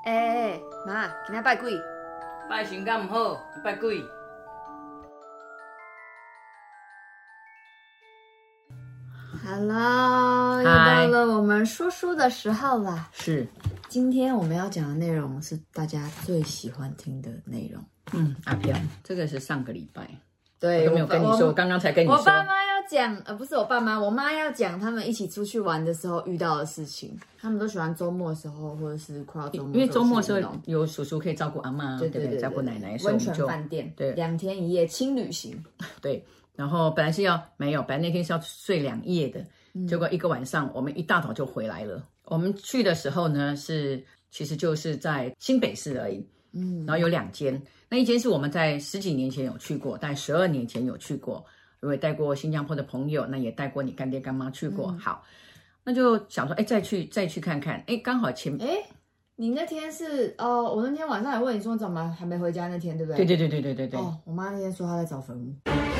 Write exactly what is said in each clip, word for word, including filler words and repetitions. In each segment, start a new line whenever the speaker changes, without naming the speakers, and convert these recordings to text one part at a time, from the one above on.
哎哎哎，妈，今仔拜鬼？
拜神敢唔好，拜鬼。
Hello， 又到了我们说书的时候啦。
是，
今天我们要讲的内容是大家最喜欢听的内容。
嗯，阿飘，这个是上个礼拜，
对，
我都没有跟你说，我刚刚才跟你说。
我爸妈要讲，呃，不是我爸妈，我妈要讲他们一起出去玩的时候遇到的事情。他们都喜欢周末的时候，或者是快要周末，
因为周末的时候有叔叔可以照顾阿嬷，
对对 对, 对, 对，
照顾奶奶，
温泉饭店，
对，
两天一夜轻旅行，
对。然后本来是要没有，本来那天是要睡两夜的，嗯、结果一个晚上我们一大早就回来了。我们去的时候呢，是其实就是在新北市而已，嗯，然后有两间，那一间是我们在十几年前有去过，大概十二年前有去过，因为带过新加坡的朋友，那也带过你干爹干妈去过，嗯、好，那就想说，哎，再去再去看看，哎，刚好前
哎。你那天是哦，我那天晚上还问你说怎么还没回家那天，对不对？
对对对对对对对。
哦，我妈那天说她在找坟墓。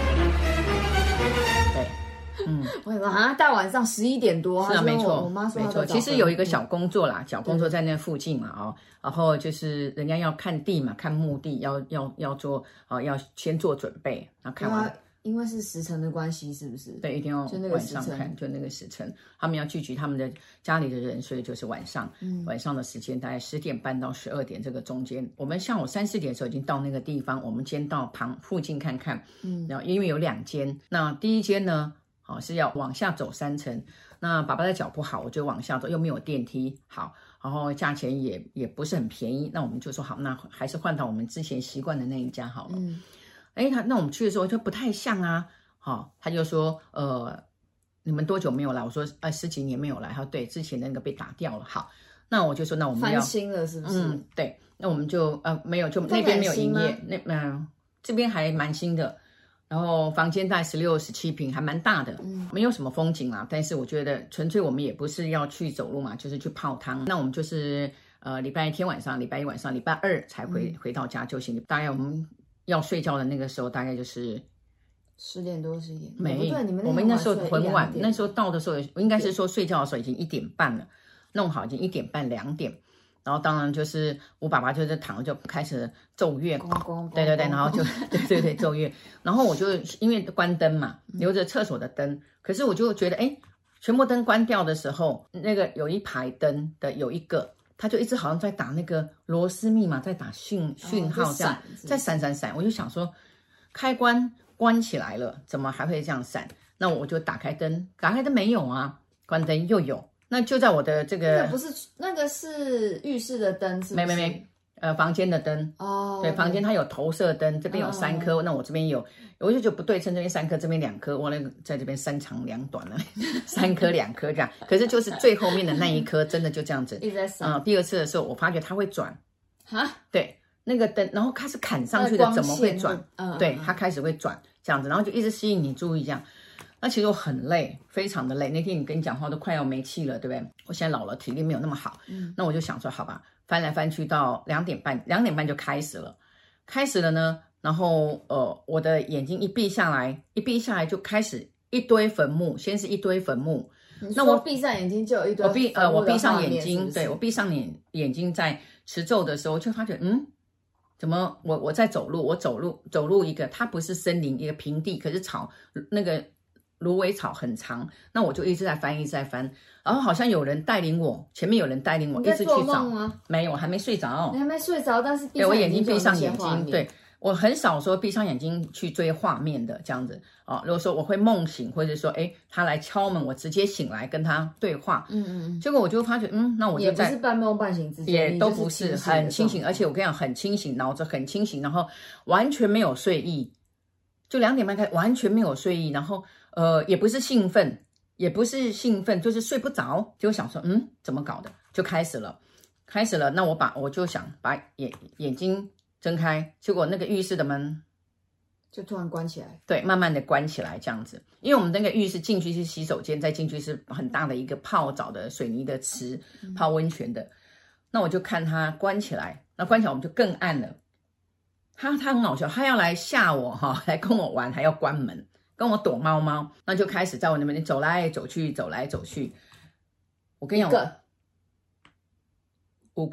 对，嗯，
我以为好像大晚上十一点多，
是啊，没错，
我妈说
没错。其实有一个小工作啦，小工作在那附近嘛，哦，然后就是人家要看地嘛，看墓地，要要要做哦，要先做准备，然后看完。
因为是时辰的关系，是不是？
对，一定要晚上看，就那个时辰，他们要聚集他们的家里的人，所以就是晚上，嗯、晚上的时间大概十点半到十二点这个中间。我们下午三四点的时候已经到那个地方，我们先到旁附近看看，嗯，然后因为有两间，那第一间呢，好、哦、是要往下走三层，那爸爸的脚不好，我就往下走，又没有电梯，好，然后价钱也也不是很便宜，那我们就说好，那还是换到我们之前习惯的那一家好了。嗯哎，他那我们去的时候就不太像啊，好、哦，他就说，呃，你们多久没有来？我说，呃，十几年没有来。他说，对，之前的那个被打掉了。好，那我就说，那我们要
翻新了，是不是？
嗯，对，那我们就呃没有，就那边没有营业，那嗯、呃、这边还蛮新的。然后房间大概十六、十七平，还蛮大的，嗯，没有什么风景啦。但是我觉得纯粹我们也不是要去走路嘛，就是去泡汤。那我们就是呃礼拜天晚上、礼拜一晚上、礼拜二才回、嗯、回到家就行。大概我们。要睡觉的那个时候，大概就是
十点多、十一点。
没，
对，你们
我们那时候很晚，那时候到的时候，应该是说睡觉的时候已经一点半了，弄好已经一点半、两点。然后当然就是我爸爸就是躺着就开始奏乐，对对对，然后就对对对奏乐。然后我就因为关灯嘛，留着厕所的灯，可是我就觉得，哎，全部灯关掉的时候，那个有一排灯的有一个。他就一直好像在打那个螺丝密码，在打讯讯号这样，哦、在闪闪闪。我就想说，开关关起来了，怎么还会这样闪？那我就打开灯，打开灯没有啊，关灯又有。那就在我的这个，
那个不是那个是浴室的灯，是不是？
没没没，呃，房间的灯哦，对，房间它有投射灯，这边有三颗，哦、那我这边有，我就觉得不对称，这边三颗，这边两颗，我那个在这边三长两短了，三颗两颗这样，可是就是最后面的那一颗真的就这样子，
一直在闪。
嗯，第二次的时候我发觉它会转，
哈，
对，那个灯，然后开始砍上去的怎么会转？嗯，对，它开始会转这样子，然后就一直吸引你注意这样。那其实我很累，非常的累。那天你跟你讲话都快要没气了，对不对？我现在老了，体力没有那么好。嗯，那我就想说，好吧，翻来翻去到两点半，两点半就开始了，开始了呢。然后呃，我的眼睛一闭下来，一闭下来就开始一堆坟墓，先是一堆坟墓。
那我闭上眼睛就有一堆。
我闭呃，我闭上眼睛，是是对我闭上眼眼睛在持咒的时候，就发觉嗯。怎么我我在走路，我走路走路一个，它不是森林一个平地，可是草那个芦苇草很长，那我就一直在翻，一直在翻，然后好像有人带领我，前面有人带领我，一直去找。没有，我还没睡着。
你还没睡着，但是闭
上眼睛对我眼睛闭上眼睛，对我很少说闭上眼睛去追画面的这样子哦。如果说我会梦醒，或者说哎他来敲门，我直接醒来跟他对话，嗯嗯，结果我就发觉嗯，那我就在
也不是半梦半醒之间，
也都不是很清醒，而且我跟你讲很清醒，脑子很清醒，然后完全没有睡意，就两点半开完全没有睡意，然后呃也不是兴奋，也不是兴奋，就是睡不着，就想说嗯怎么搞的，就开始了，开始了，那我把我就想把眼眼睛睁开，结果那个浴室的门
就突然关起来，
对，慢慢的关起来这样子。因为我们那个浴室进去是洗手间，再进去是很大的一个泡澡的水泥的池，泡温泉的。那我就看它关起来，那关起来我们就更暗了。他他很好笑，他要来吓我哈，来跟我玩，还要关门，跟我躲猫猫，那就开始在我那边走来走去，走来走去。我跟你讲，五个。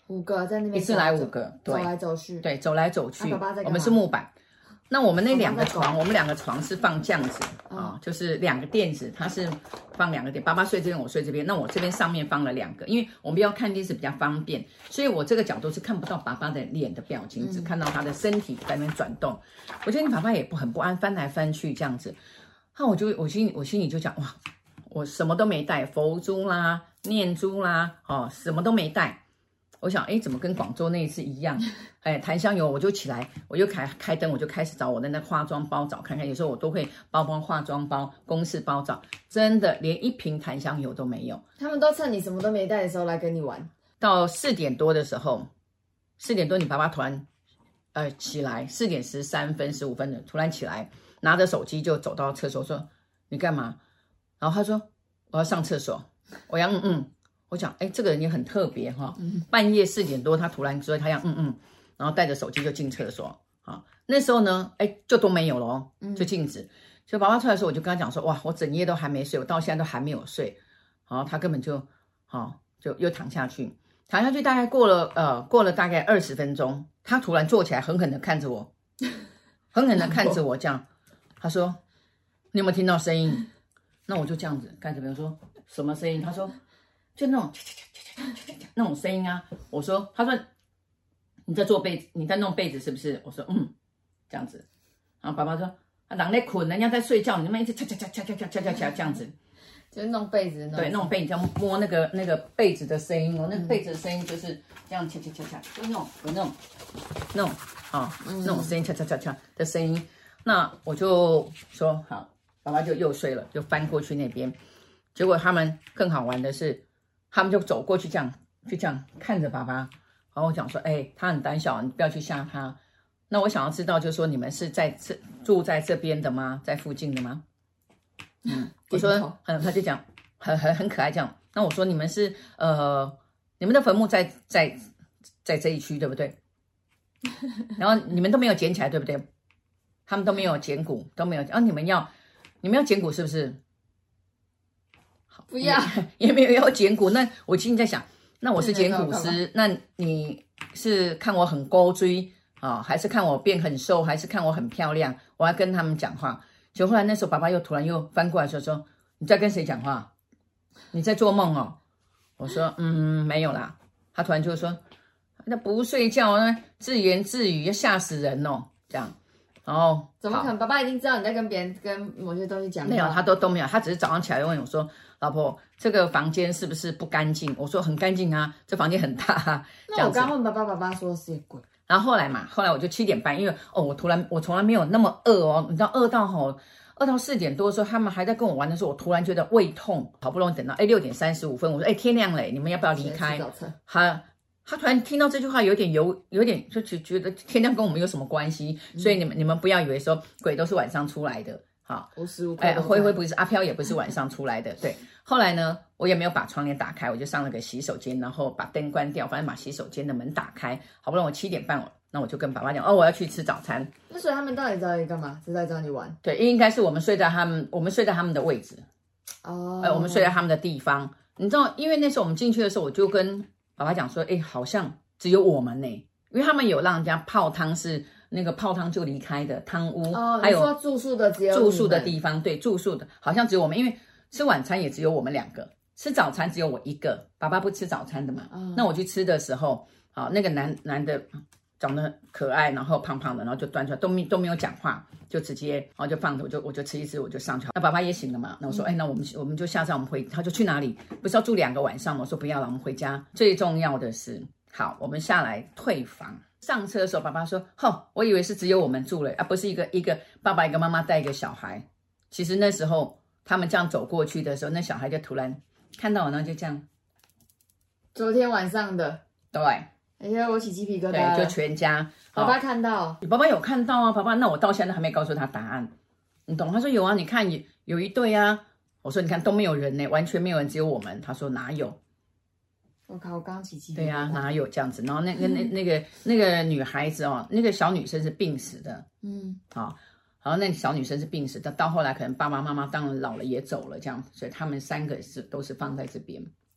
五个在那边
一次来五个，对，
走来走去，
对，走来走去。
啊、爸爸在干嘛？
我们是木板。那我们那两个床，我们两个床是放这样子啊、
嗯
哦，就是两个垫子，它是放两个垫，爸爸睡这边，我睡这边。那我这边上面放了两个，因为我们要看电视比较方便，所以我这个角度是看不到爸爸的脸的表情，只看到他的身体在那边转动。我觉得你爸爸也不很不安，翻来翻去这样子。那我就我心我心里就讲哇，我什么都没带，佛珠啦、念珠啦，哦，什么都没带。我想，哎，怎么跟广州那一次一样？哎，檀香油，我就起来，我就开开灯，我就开始找我的那化妆包找看看。有时候我都会包包化妆包、公事包找，真的连一瓶檀香油都没有。
他们都趁你什么都没带的时候来跟你玩。
到四点多的时候，四点多你爸爸突然呃起来，四点十三分、十五分的突然起来，拿着手机就走到厕所说：“你干嘛？”然后他说：“我要上厕所。”我要嗯嗯。我讲，哎，这个人也很特别哈、哦嗯，半夜四点多，他突然说他要嗯嗯，然后带着手机就进厕所啊、哦。那时候呢，哎，就都没有了哦，就静止。所以爸爸出来的时候，我就跟他讲说，哇，我整夜都还没睡，我到现在都还没有睡。然后他根本就，好、哦，就又躺下去，躺下去大概过了呃过了大概二十分钟，他突然坐起来，狠狠的看着我，狠狠的看着我这样，他说，你有没有听到声音？那我就这样子看着别人说，什么声音？他说。就那种那种声音啊！我说，他说你在做被子，你在弄被子是不是？我说嗯，这样子。然后爸爸说，啊，人在困，人家在睡觉，你们一直敲敲敲敲敲敲敲敲敲这样子，
就是弄被子，
对，弄被子，这样摸那个那个被子的声音哦，那个被子的声音就是这样敲敲敲敲，就那种有那种那种啊、哦、那种声音敲敲敲敲的声音。那我就说好，爸爸就又睡了，就翻过去那边。结果他们更好玩的是。他们就走过去，这样就这样看着爸爸，然后我讲说，哎，他很胆小，你不要去吓他。那我想要知道，就是说你们是在这住在这边的吗？在附近的吗？嗯，我说，嗯，他就讲很很很可爱这样。那我说你们是呃，你们的坟墓在在在这一区对不对？然后你们都没有捡起来对不对？他们都没有捡骨，都没有。啊，你们要你们要捡骨是不是？
不要，
也没有要捡骨。那我心里在想，那我是捡骨师，那你是看我很高追啊、哦，还是看我变很瘦，还是看我很漂亮？我要跟他们讲话。就后来那时候，爸爸又突然又翻过来说说，你在跟谁讲话？你在做梦哦？我说嗯，没有啦。他突然就说，那不睡觉呢，自言自语，要吓死人哦，这样。然后
怎么可能？爸爸已经知道你在跟别人跟某些东西讲话。
没有，他都都没有，他只是早上起来问我说：“老婆，这个房间是不是不干净？”我说：“很干净啊，这房间很大、啊。”
那我刚问爸爸，爸爸说是鬼。
然后后来嘛，后来我就七点半，因为哦，我突然我从来没有那么饿哦，你知道饿到吼，饿到四点多的时候，他们还在跟我玩的时候，我突然觉得胃痛，好不容易等到哎六点三十五分，我说：“哎天亮了，你们要不要离开？”他。他突然听到这句话，有点有有点就觉觉得天亮跟我们有什么关系？嗯、所以你们你们不要以为说鬼都是晚上出来的，好，
无时无刻。
哎，灰灰不是阿飘也不是晚上出来的，对。后来呢，我也没有把窗帘打开，我就上了个洗手间，然后把灯关掉，反正把洗手间的门打开。好不容易我七点半，那我就跟爸爸讲，哦，我要去吃早餐。
那所以他们到底找你干嘛？是在找你玩？
对，应该是我们睡在他们，我们睡在他们的位置。哦。哎，我们睡在他们的地方。你知道，因为那时候我们进去的时候，我就跟爸爸讲说，哎，好像。只有我们呢，因为他们有让人家泡汤，是那个泡汤就离开的汤屋，
哦，
还有
说住宿的只有
住宿的地方，对，住宿的好像只有我们，因为吃晚餐也只有我们两个，吃早餐只有我一个，爸爸不吃早餐的嘛。哦、那我去吃的时候，好，那个男男的长得可爱，然后胖胖的，然后就端出来，都没都没有讲话，就直接然后就放着，我就我就吃一吃，我就上去。那爸爸也醒了嘛，那我说，哎、嗯，那我们我们就下站，我们回，他就去哪里？不是要住两个晚上吗？我说不要了，我们回家。最重要的是。好，我们下来退房。上车的时候，爸爸说：“吼，我以为是只有我们住了啊，不是一个一个爸爸一个妈妈带一个小孩。”其实那时候他们这样走过去的时候，那小孩就突然看到我，然后就这样。
昨天晚上的。
对。
哎呀，我起鸡皮疙瘩。
对，就全家。
爸爸看到。
爸爸有看到啊，爸爸。那我到现在还没告诉他答案，你懂？他说有啊，你看有有一对啊。我说你看都没有人呢，完全没有人，只有我们。他说哪有？
我靠！我刚起鸡皮。
对呀、啊，哪有这样子？然后那个那那个那个女孩子哦，那个小女生是病死的，嗯，好、哦，然后那个小女生是病死的，到后来可能爸爸妈妈当然老了也走了，这样，所以他们三个是都是放在这边。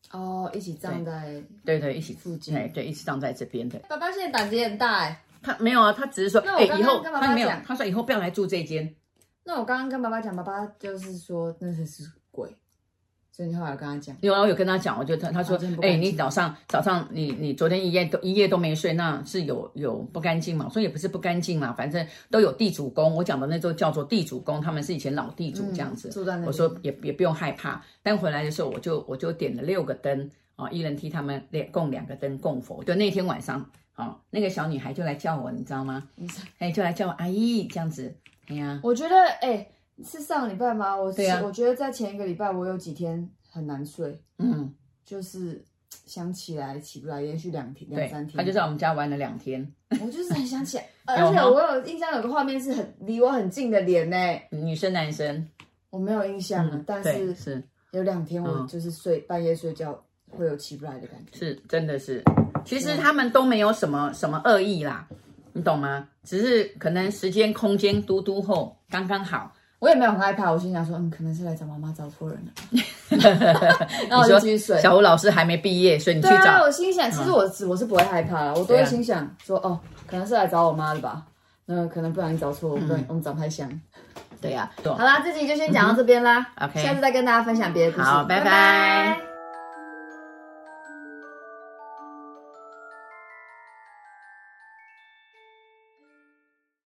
哦，一起葬在
对对，一起
附近，
对对，一起葬在这边的。
爸爸现在胆子也很大哎。
他没有啊，他只是说，哎、欸，以后
跟爸爸
他没有，他说以后不要来住这间。
那我刚刚跟爸爸讲，爸爸就是说那才是鬼。所以你后来有跟他讲？
有啊，我有跟他讲，我就他他说，哎、欸，你早上早上你你昨天一夜都一夜都没睡，那是有有不干净嘛？我说也不是不干净嘛，反正都有地主公，我讲的那就叫做地主公，他们是以前老地主这样子。
嗯、
我说也也不用害怕，但回来的时候我就我就点了六个灯啊，一人替他们供两个灯供佛。就那天晚上，啊，那个小女孩就来叫我，你知道吗？哎、欸，就来叫我阿姨这样子。哎呀、啊，
我觉得哎。欸是上礼拜吗？我对啊，我觉得在前一个礼拜我有几天很难睡，嗯，就是想起来起不来，连续两天两三天。
他就在我们家玩了两天，
我就是很想起来，而且我有印象有个画面是很离我很近的脸呢，
女生男生，
我没有印象了，嗯、但是
是
有两天我就是睡、嗯、半夜睡觉会有起不来的感觉，
是真的是，其实他们都没有什么什么恶意啦，你懂吗？只是可能时间空间嘟嘟后刚刚好。
我也没有很害怕，我心想说，嗯，可能是来找妈妈找错人了。然后我就继续睡。
小吴老师还没毕业，所以你去找。
对啊，我心想，其实我、嗯、我是不会害怕，我都会心想说，哦，可能是来找我妈的吧。那可能不小心找错，我们、嗯、我们长太像。对呀、啊，好啦，这集就先讲到这边啦。
OK，、嗯、
下次再跟大家分享别的故事。
好，拜拜。
拜拜。